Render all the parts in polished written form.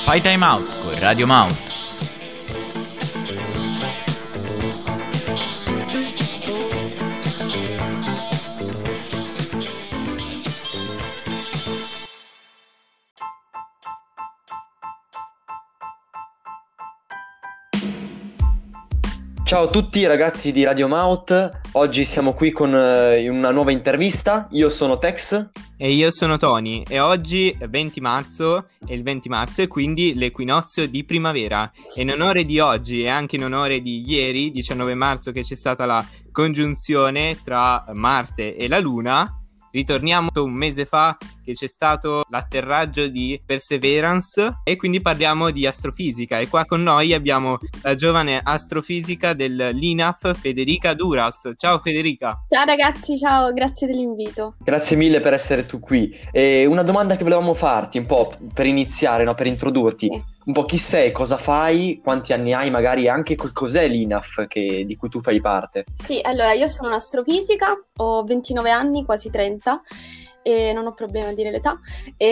Fai Time Out con Radio Mount. Ciao a tutti ragazzi di Radio Mount, oggi siamo qui con una nuova intervista. Io sono Tex e io sono Tony e oggi è 20 marzo e il 20 marzo è quindi l'equinozio di primavera e in onore di oggi e anche in onore di ieri 19 marzo che c'è stata la congiunzione tra Marte e la Luna, ritorniamo un mese fa che c'è stato l'atterraggio di Perseverance e quindi parliamo di astrofisica e qua con noi abbiamo la giovane astrofisica dell'INAF Federica Duras. Ciao Federica. Ciao ragazzi, ciao, grazie dell'invito. Grazie mille per essere tu qui. E una domanda che volevamo farti un po' per iniziare, no? Per introdurti. Sì. Un po' chi sei, cosa fai, quanti anni hai, magari anche cos'è l'INAF di cui tu fai parte? Sì, allora io sono un'astrofisica, ho 29 anni, quasi 30 e non ho problemi a dire l'età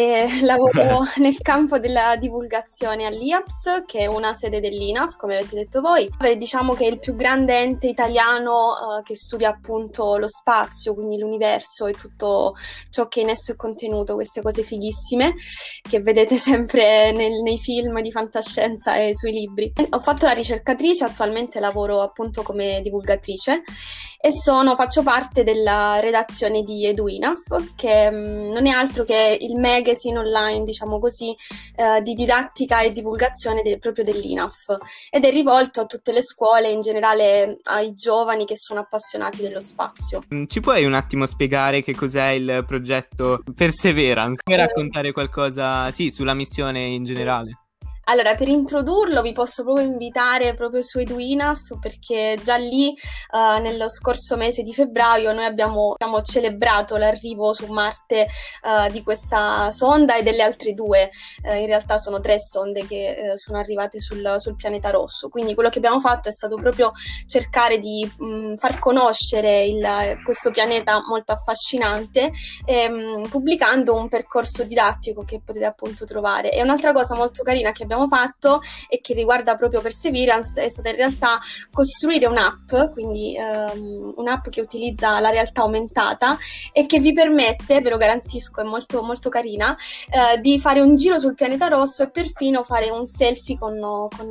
e lavoro nel campo della divulgazione all'IAPS, che è una sede dell'INAF, come avete detto voi. Diciamo che è il più grande ente italiano che studia appunto lo spazio, quindi l'universo e tutto ciò che in esso è contenuto, queste cose fighissime che vedete sempre nei film di fantascienza e sui libri. Ho fatto la ricercatrice, attualmente lavoro appunto come divulgatrice e faccio parte della redazione di EduINAF, che non è altro che il magazine online, diciamo così, di didattica e divulgazione proprio dell'INAF, ed è rivolto a tutte le scuole, in generale ai giovani che sono appassionati dello spazio. Ci puoi un attimo spiegare che cos'è il progetto Perseverance? Puoi raccontare qualcosa, sì, sulla missione in generale? Allora, per introdurlo vi posso proprio invitare proprio su EduINAF, perché già lì nello scorso mese di febbraio noi abbiamo celebrato l'arrivo su Marte di questa sonda e delle altre due. In realtà sono 3 sonde che sono arrivate sul pianeta rosso. Quindi quello che abbiamo fatto è stato proprio cercare di far conoscere questo pianeta molto affascinante, pubblicando un percorso didattico che potete appunto trovare. E un'altra cosa molto carina che abbiamo fatto e che riguarda proprio Perseverance è stata in realtà costruire un'app, quindi un'app che utilizza la realtà aumentata e che vi permette, ve lo garantisco, è molto molto carina, di fare un giro sul pianeta rosso e perfino fare un selfie con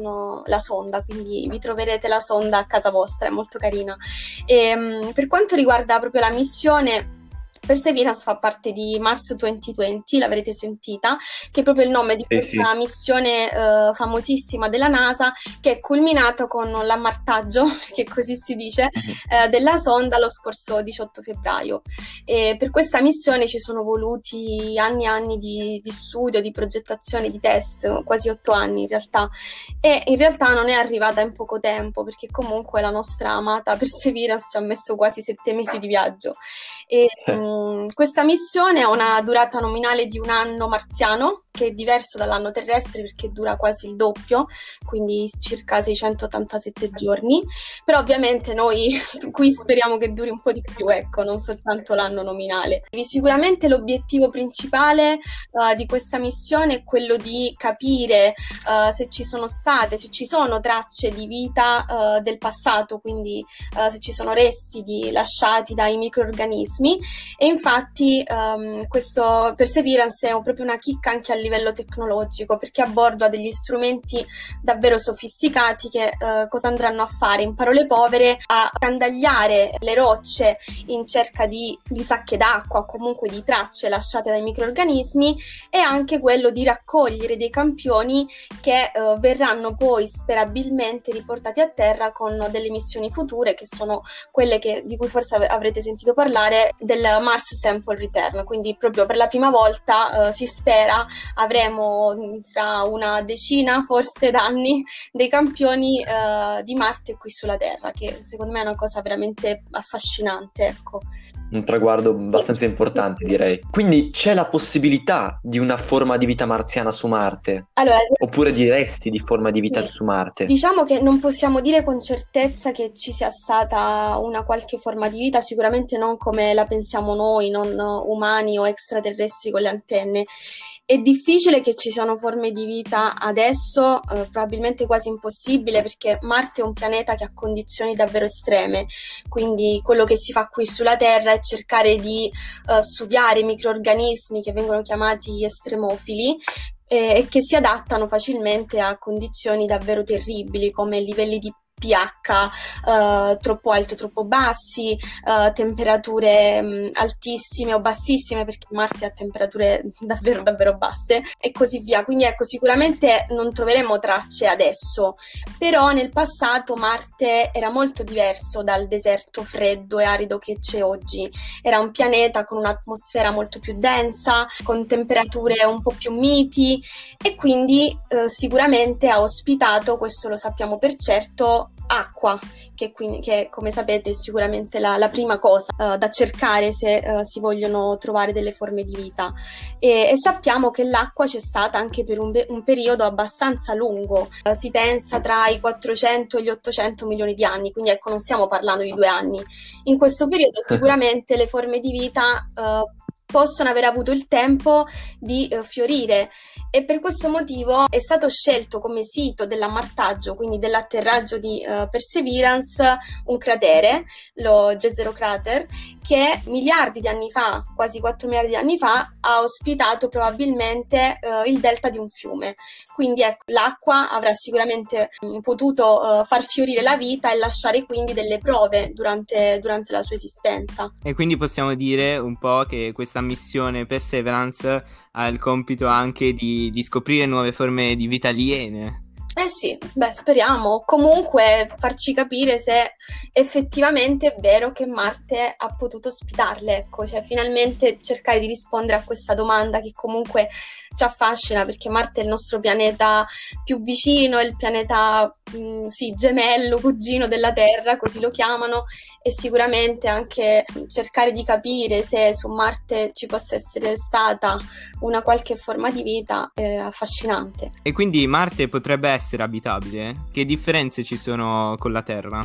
la sonda, quindi vi troverete la sonda a casa vostra, è molto carina. E, per quanto riguarda proprio la missione, Perseverance fa parte di Mars 2020, l'avrete sentita, che è proprio il nome di questa missione famosissima della NASA, che è culminata con l'ammartaggio, perché così si dice, della sonda lo scorso 18 febbraio. E per questa missione ci sono voluti anni e anni di studio, di progettazione, di test, quasi 8 anni in realtà, e in realtà non è arrivata in poco tempo, perché comunque la nostra amata Perseverance ci ha messo quasi 7 mesi di viaggio. E, questa missione ha una durata nominale di 1 anno marziano, che è diverso dall'anno terrestre perché dura quasi il doppio, quindi circa 687 giorni, però ovviamente noi qui speriamo che duri un po' di più, ecco, non soltanto l'anno nominale. Sicuramente l'obiettivo principale di questa missione è quello di capire se ci sono tracce di vita del passato, quindi se ci sono resti lasciati dai microrganismi. E infatti questo Perseverance è proprio una chicca anche a livello tecnologico, perché a bordo ha degli strumenti davvero sofisticati che cosa andranno a fare? In parole povere, a candagliare le rocce in cerca di sacche d'acqua o comunque di tracce lasciate dai microrganismi, e anche quello di raccogliere dei campioni che verranno poi sperabilmente riportati a terra con delle missioni future, che sono quelle di cui forse avrete sentito parlare, del Mars Sample Return. Quindi proprio per la prima volta si spera avremo tra una decina forse d'anni dei campioni di Marte qui sulla Terra, che secondo me è una cosa veramente affascinante, ecco. Un traguardo abbastanza importante, direi. Quindi c'è la possibilità di una forma di vita marziana su Marte? Allora, oppure di resti di forma di vita su Marte? Diciamo che non possiamo dire con certezza che ci sia stata una qualche forma di vita, sicuramente non come la pensiamo noi, non umani o extraterrestri con le antenne. È difficile che ci siano forme di vita adesso, probabilmente quasi impossibile, perché Marte è un pianeta che ha condizioni davvero estreme, quindi quello che si fa qui sulla Terra è cercare di studiare i microrganismi che vengono chiamati estremofili e che si adattano facilmente a condizioni davvero terribili, come livelli di pH troppo alti o troppo bassi, temperature altissime o bassissime, perché Marte ha temperature davvero davvero basse, e così via. Quindi ecco, sicuramente non troveremo tracce adesso, però nel passato Marte era molto diverso dal deserto freddo e arido che c'è oggi. Era un pianeta con un'atmosfera molto più densa, con temperature un po' più miti, e quindi sicuramente ha ospitato, questo lo sappiamo per certo, acqua, che come sapete è sicuramente la prima cosa da cercare se si vogliono trovare delle forme di vita, e sappiamo che l'acqua c'è stata anche per un periodo abbastanza lungo, si pensa tra i 400 e gli 800 milioni di anni, quindi ecco, non stiamo parlando di 2 anni. In questo periodo sicuramente le forme di vita possono aver avuto il tempo di fiorire, e per questo motivo è stato scelto come sito dell'ammartaggio, quindi dell'atterraggio di Perseverance, un cratere, lo Jezero Crater, che miliardi di anni fa, quasi 4 miliardi di anni fa, ha ospitato probabilmente il delta di un fiume. Quindi ecco, l'acqua avrà sicuramente potuto far fiorire la vita e lasciare quindi delle prove durante la sua esistenza. E quindi possiamo dire un po' che questa missione Perseverance ha il compito anche di scoprire nuove forme di vita aliene. Eh sì, speriamo. Comunque farci capire se effettivamente è vero che Marte ha potuto ospitarle, ecco, cioè finalmente cercare di rispondere a questa domanda che comunque ci affascina, perché Marte è il nostro pianeta più vicino, è il pianeta gemello, cugino della Terra, così lo chiamano, e sicuramente anche cercare di capire se su Marte ci possa essere stata una qualche forma di vita è affascinante. E quindi Marte potrebbe essere abitabile? Che differenze ci sono con la Terra?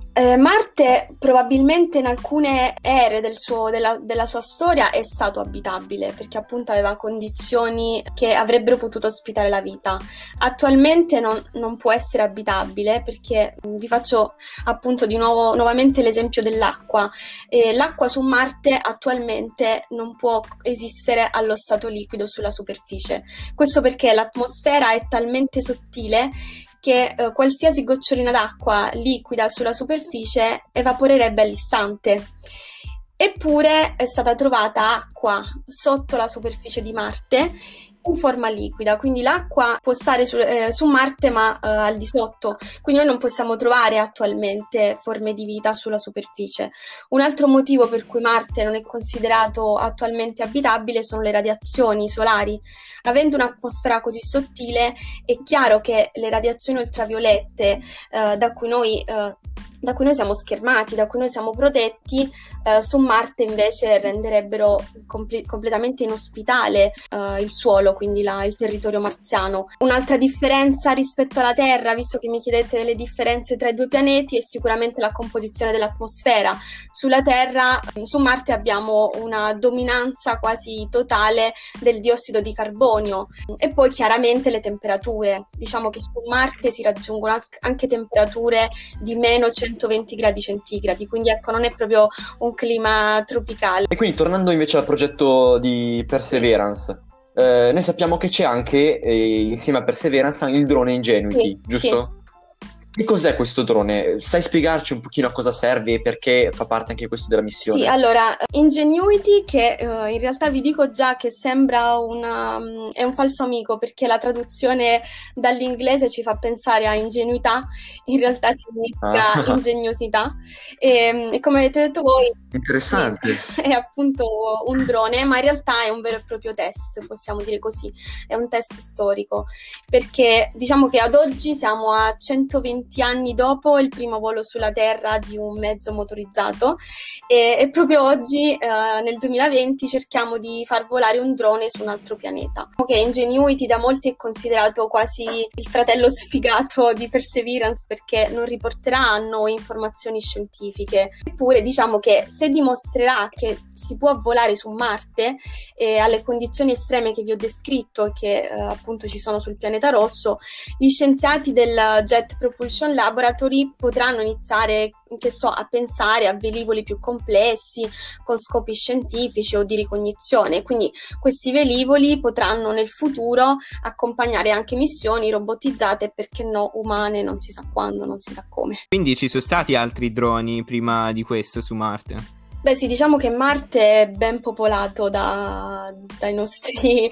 Marte probabilmente in alcune ere della sua storia è stato abitabile, perché appunto aveva condizioni che avrebbero potuto ospitare la vita. Attualmente non può essere abitabile, perché vi faccio appunto nuovamente l'esempio dell'acqua. L'acqua su Marte attualmente non può esistere allo stato liquido sulla superficie. Questo perché l'atmosfera è talmente sottile che qualsiasi gocciolina d'acqua liquida sulla superficie evaporerebbe all'istante. Eppure è stata trovata acqua sotto la superficie di Marte in forma liquida, quindi l'acqua può stare su Marte ma al di sotto, quindi noi non possiamo trovare attualmente forme di vita sulla superficie. Un altro motivo per cui Marte non è considerato attualmente abitabile sono le radiazioni solari. Avendo un'atmosfera così sottile, è chiaro che le radiazioni ultraviolette da cui noi siamo schermati, da cui noi siamo protetti, su Marte invece renderebbero completamente inospitale il suolo, quindi il territorio marziano. Un'altra differenza rispetto alla Terra, visto che mi chiedete delle differenze tra i due pianeti, è sicuramente la composizione dell'atmosfera. Sulla Terra, su Marte abbiamo una dominanza quasi totale del diossido di carbonio, e poi chiaramente le temperature. Diciamo che su Marte si raggiungono anche temperature di meno 120 gradi centigradi, quindi ecco, non è proprio un clima tropicale. E quindi tornando invece al progetto di Perseverance, noi sappiamo che c'è anche insieme a Perseverance il drone Ingenuity, sì, giusto? Sì. Che cos'è questo drone? Sai spiegarci un pochino a cosa serve e perché fa parte anche questo della missione? Sì, allora, Ingenuity, che in realtà vi dico già che sembra è un falso amico, perché la traduzione dall'inglese ci fa pensare a ingenuità, in realtà significa ingegnosità, e come avete detto voi, interessante. è appunto un drone, ma in realtà è un vero e proprio test, possiamo dire così, è un test storico, perché diciamo che ad oggi siamo a 120 20 anni dopo il primo volo sulla Terra di un mezzo motorizzato e proprio oggi, nel 2020, cerchiamo di far volare un drone su un altro pianeta. Ok, Ingenuity da molti è considerato quasi il fratello sfigato di Perseverance perché non riporterà a noi informazioni scientifiche. Eppure diciamo che se dimostrerà che si può volare su Marte alle condizioni estreme che vi ho descritto e che appunto ci sono sul pianeta rosso, gli scienziati del Jet Propulsion Laboratory potranno iniziare, a pensare a velivoli più complessi con scopi scientifici o di ricognizione. Quindi questi velivoli potranno nel futuro accompagnare anche missioni robotizzate, perché no, umane, non si sa quando, non si sa come. Quindi ci sono stati altri droni prima di questo su Marte? Beh sì, diciamo che Marte è ben popolato dai nostri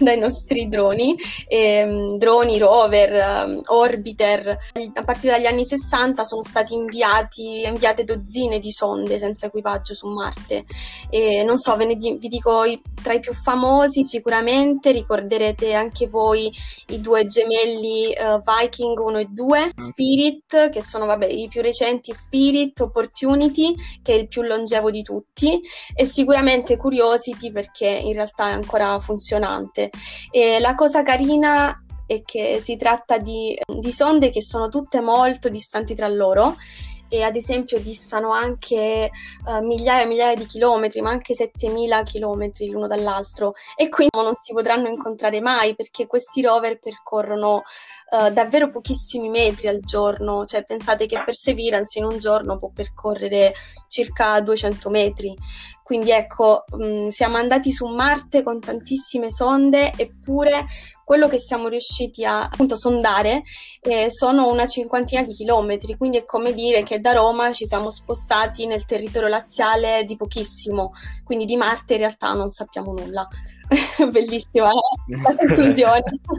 droni, droni, rover, orbiter. A partire dagli anni 60 sono stati inviate dozzine di sonde senza equipaggio su Marte. E non so, vi dico tra i più famosi sicuramente ricorderete anche voi i due gemelli Viking 1 e 2, Spirit, che sono i più recenti, Spirit, Opportunity, che è il più longevo di tutti, e sicuramente Curiosity, perché in realtà è ancora funzionante. E la cosa carina è che si tratta di sonde che sono tutte molto distanti tra loro, e ad esempio distano anche migliaia e migliaia di chilometri, ma anche 7.000 chilometri l'uno dall'altro, e quindi non si potranno incontrare mai, perché questi rover percorrono davvero pochissimi metri al giorno. Cioè pensate che Perseverance in un giorno può percorrere circa 200 metri. Quindi ecco, siamo andati su Marte con tantissime sonde, eppure quello che siamo riusciti a appunto sondare sono una cinquantina di chilometri, quindi è come dire che da Roma ci siamo spostati nel territorio laziale di pochissimo, quindi di Marte in realtà non sappiamo nulla. Bellissima la conclusione.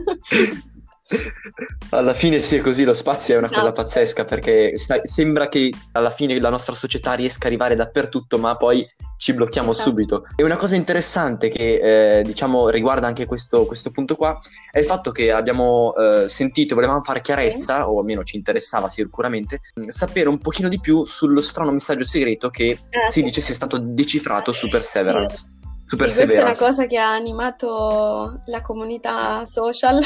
Alla fine sì, è così, lo spazio è una Esatto. cosa pazzesca, perché sembra che alla fine la nostra società riesca ad arrivare dappertutto, ma poi ci blocchiamo Esatto. subito. E una cosa interessante che riguarda anche questo punto qua è il fatto che abbiamo sentito, volevamo fare chiarezza, o almeno ci interessava sicuramente, sapere un pochino di più sullo strano messaggio segreto che si Sì. dice sia stato decifrato su Perseverance. Sì. Questa è una cosa che ha animato la comunità social.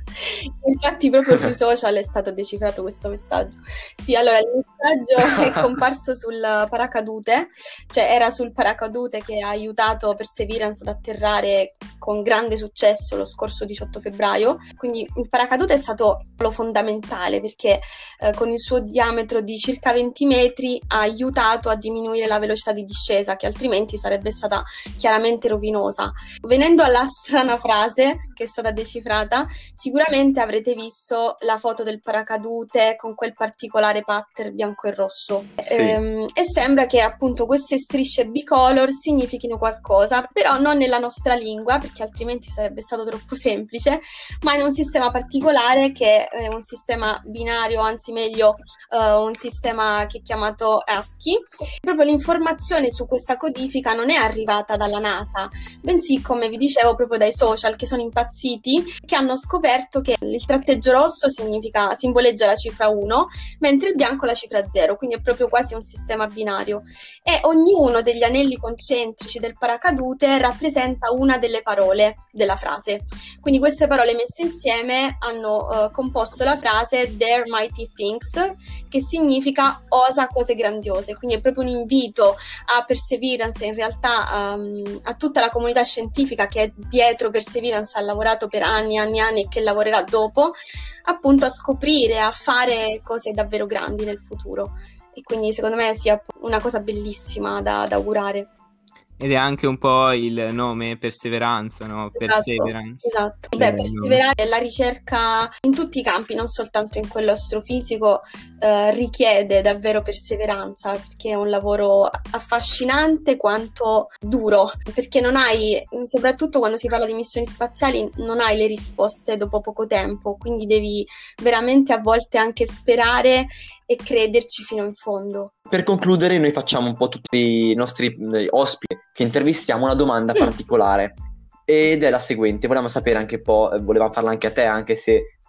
Infatti proprio sui social è stato decifrato questo messaggio. Sì, allora il messaggio è comparso sul paracadute, cioè era sul paracadute che ha aiutato Perseverance ad atterrare con grande successo lo scorso 18 febbraio. Quindi il paracadute è stato fondamentale, perché con il suo diametro di circa 20 metri ha aiutato a diminuire la velocità di discesa, che altrimenti sarebbe stata chiaramente rovinosa. Venendo alla strana frase che è stata decifrata, sicuramente avrete visto la foto del paracadute con quel particolare pattern bianco e rosso. Sì. E sembra che appunto queste strisce bicolor significhino qualcosa, però non nella nostra lingua, perché altrimenti sarebbe stato troppo semplice, ma in un sistema particolare che è un sistema binario, anzi meglio un sistema che è chiamato ASCII. Proprio l'informazione su questa codifica non è arrivata dalla NASA, bensì, come vi dicevo, proprio dai social, che sono impazziti, che hanno scoperto che il tratteggio rosso simboleggia la cifra 1, mentre il bianco la cifra 0, quindi è proprio quasi un sistema binario, e ognuno degli anelli concentrici del paracadute rappresenta una delle parole della frase. Quindi queste parole messe insieme hanno composto la frase Dare Mighty Things, che significa osa cose grandiose. Quindi è proprio un invito a Perseverance, in realtà a tutta la comunità scientifica che è dietro Perseverance, ha lavorato per anni e che lavorerà dopo, appunto a scoprire, a fare cose davvero grandi nel futuro. E quindi secondo me sia una cosa bellissima da augurare. Ed è anche un po' il nome Perseveranza, no? Perseverance. Esatto. Beh, perseverare è la ricerca in tutti i campi, non soltanto in quello astrofisico, richiede davvero perseveranza, perché è un lavoro affascinante quanto duro, perché non hai, soprattutto quando si parla di missioni spaziali, non hai le risposte dopo poco tempo, quindi devi veramente a volte anche sperare e crederci fino in fondo. Per concludere, noi facciamo un po' tutti i nostri ospiti che intervistiamo una domanda particolare, ed è la seguente. Volevamo sapere anche un po', volevamo farla anche a te, anche se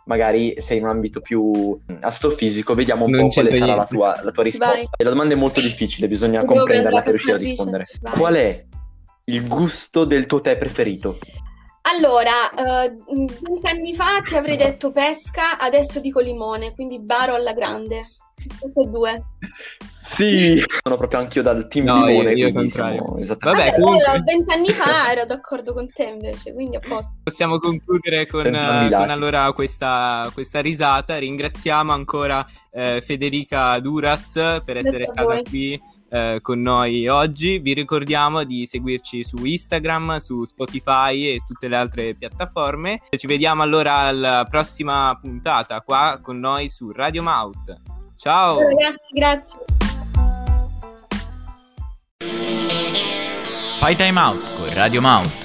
magari sei in un ambito più astrofisico, vediamo un Non po' quale c'entra sarà niente. la tua risposta. Vai. E la domanda è molto difficile, bisogna Devo comprenderla prendere per riuscire a la rispondere. calcolatrice. Vai. Qual è il gusto del tuo tè preferito? Allora, 20 anni fa ti avrei detto pesca, adesso dico limone, quindi baro alla grande. Tutte e due. Sì, sono proprio anch'io dal team No, limone, io quindi contrario. siamo esattamente... Vabbè, Vabbè, comunque 20 anni fa ero d'accordo con te invece, quindi a posto. possiamo concludere con Entrambi i lati. allora questa risata. Ringraziamo ancora Federica Duras per essere Grazie a stata voi. qui con noi oggi. Vi ricordiamo di seguirci su Instagram, su Spotify e tutte le altre piattaforme. Ci vediamo allora alla prossima puntata qua con noi su Radio Maut. Ciao! Ciao ragazzi, grazie. Fai Time Out con Radio Maut.